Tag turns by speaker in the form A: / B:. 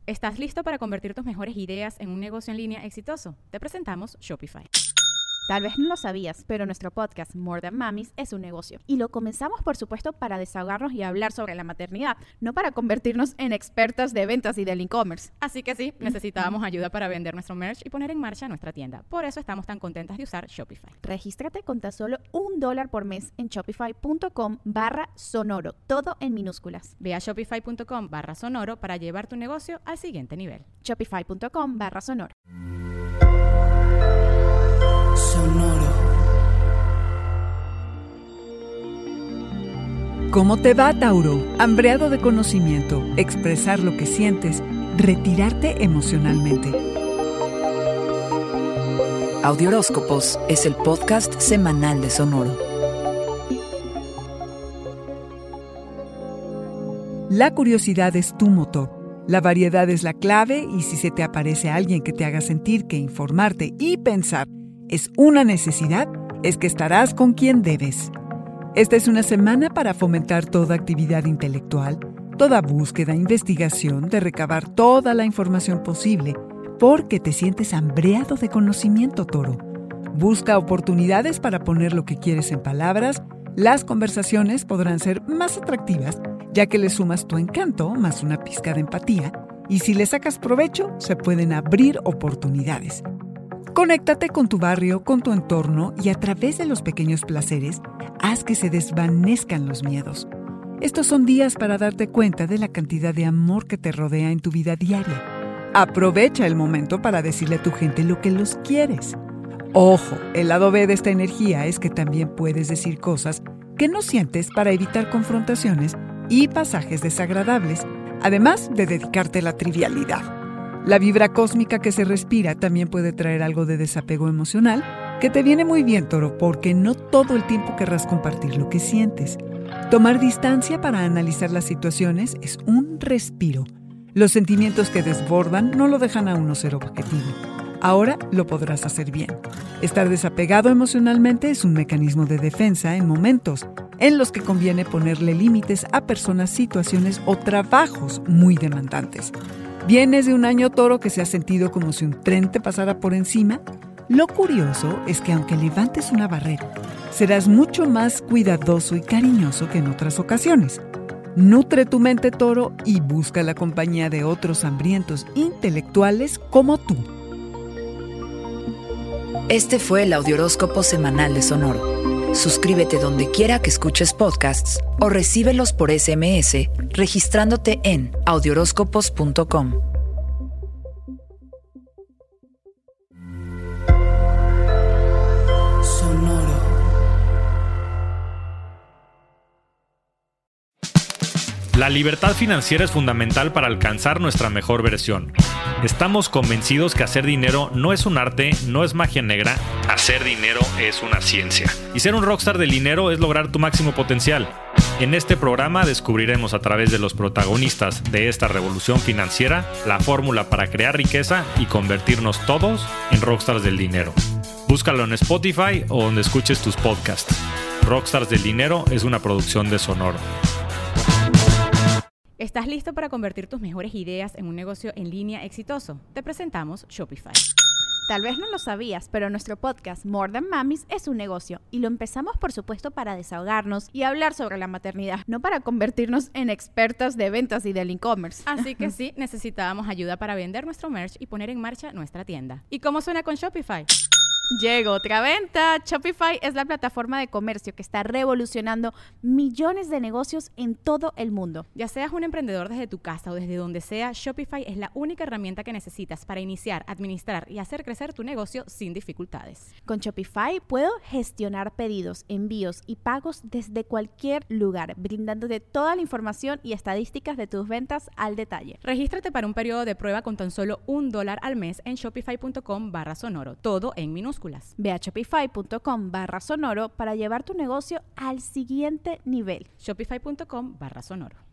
A: ¿Estás listo para convertir tus mejores ideas en un negocio en línea exitoso? Te presentamos Shopify.
B: Tal vez no lo sabías, pero nuestro podcast More Than Mamis es un negocio. Y lo comenzamos, por supuesto, para desahogarnos y hablar sobre la maternidad, no para convertirnos en expertas de ventas y del e-commerce.
A: Así que sí, necesitábamos ayuda para vender nuestro merch y poner en marcha nuestra tienda. Por eso estamos tan contentas de usar Shopify.
B: Regístrate con tan solo $1 por mes en shopify.com/sonoro, todo en minúsculas.
A: Ve a shopify.com/sonoro para llevar tu negocio al siguiente nivel.
B: Shopify.com/sonoro.
C: Sonoro.
D: ¿Cómo te va, Tauro? Hambreado de conocimiento, expresar lo que sientes, retirarte emocionalmente.
C: Audioróscopos es el podcast semanal de Sonoro.
D: La curiosidad es tu motor. La variedad es la clave y si se te aparece alguien que te haga sentir que informarte y pensar es una necesidad, es que estarás con quien debes. Esta es una semana para fomentar toda actividad intelectual, toda búsqueda, investigación, de recabar toda la información posible, porque te sientes hambreado de conocimiento, Toro. Busca oportunidades para poner lo que quieres en palabras. Las conversaciones podrán ser más atractivas, ya que le sumas tu encanto más una pizca de empatía, y si le sacas provecho, se pueden abrir oportunidades. Conéctate con tu barrio, con tu entorno y a través de los pequeños placeres, haz que se desvanezcan los miedos. Estos son días para darte cuenta de la cantidad de amor que te rodea en tu vida diaria. Aprovecha el momento para decirle a tu gente lo que los quieres. Ojo, el lado B de esta energía es que también puedes decir cosas que no sientes para evitar confrontaciones y pasajes desagradables, además de dedicarte a la trivialidad. La vibra cósmica que se respira también puede traer algo de desapego emocional, que te viene muy bien, Toro, porque no todo el tiempo querrás compartir lo que sientes. Tomar distancia para analizar las situaciones es un respiro. Los sentimientos que desbordan no lo dejan a uno ser objetivo. Ahora lo podrás hacer bien. Estar desapegado emocionalmente es un mecanismo de defensa en momentos en los que conviene ponerle límites a personas, situaciones o trabajos muy demandantes. ¿Vienes de un año, Toro, que se ha sentido como si un tren te pasara por encima? Lo curioso es que aunque levantes una barrera, serás mucho más cuidadoso y cariñoso que en otras ocasiones. Nutre tu mente, Toro, y busca la compañía de otros hambrientos intelectuales como tú.
C: Este fue el Audioróscopo semanal de Sonoro. Suscríbete donde quiera que escuches podcasts o recíbelos por SMS registrándote en audioróscopos.com. Sonoro.
E: La libertad financiera es fundamental para alcanzar nuestra mejor versión. Estamos convencidos que hacer dinero no es un arte, no es magia negra. Hacer dinero es una ciencia. Y ser un rockstar del dinero es lograr tu máximo potencial. En este programa descubriremos a través de los protagonistas de esta revolución financiera la fórmula para crear riqueza y convertirnos todos en rockstars del dinero. Búscalo en Spotify o donde escuches tus podcasts. Rockstars del Dinero es una producción de Sonoro.
A: ¿Estás listo para convertir tus mejores ideas en un negocio en línea exitoso? Te presentamos Shopify.
B: Tal vez no lo sabías, pero nuestro podcast More Than Mamis es un negocio. Y lo empezamos, por supuesto, para desahogarnos y hablar sobre la maternidad, no para convertirnos en expertas de ventas y del e-commerce.
A: Así que sí, necesitábamos ayuda para vender nuestro merch y poner en marcha nuestra tienda. ¿Y cómo suena con Shopify?
B: Llegó otra venta. Shopify es la plataforma de comercio que está revolucionando millones de negocios en todo el mundo.
A: Ya seas un emprendedor desde tu casa o desde donde sea, Shopify es la única herramienta que necesitas para iniciar, administrar y hacer crecer tu negocio sin dificultades.
B: Con Shopify puedo gestionar pedidos, envíos y pagos desde cualquier lugar, brindándote toda la información y estadísticas de tus ventas al detalle.
A: Regístrate para un periodo de prueba con tan solo $1 al mes en shopify.com/sonoro, todo en minúsculas.
B: Ve a shopify.com/sonoro para llevar tu negocio al siguiente nivel.
A: Shopify.com/sonoro.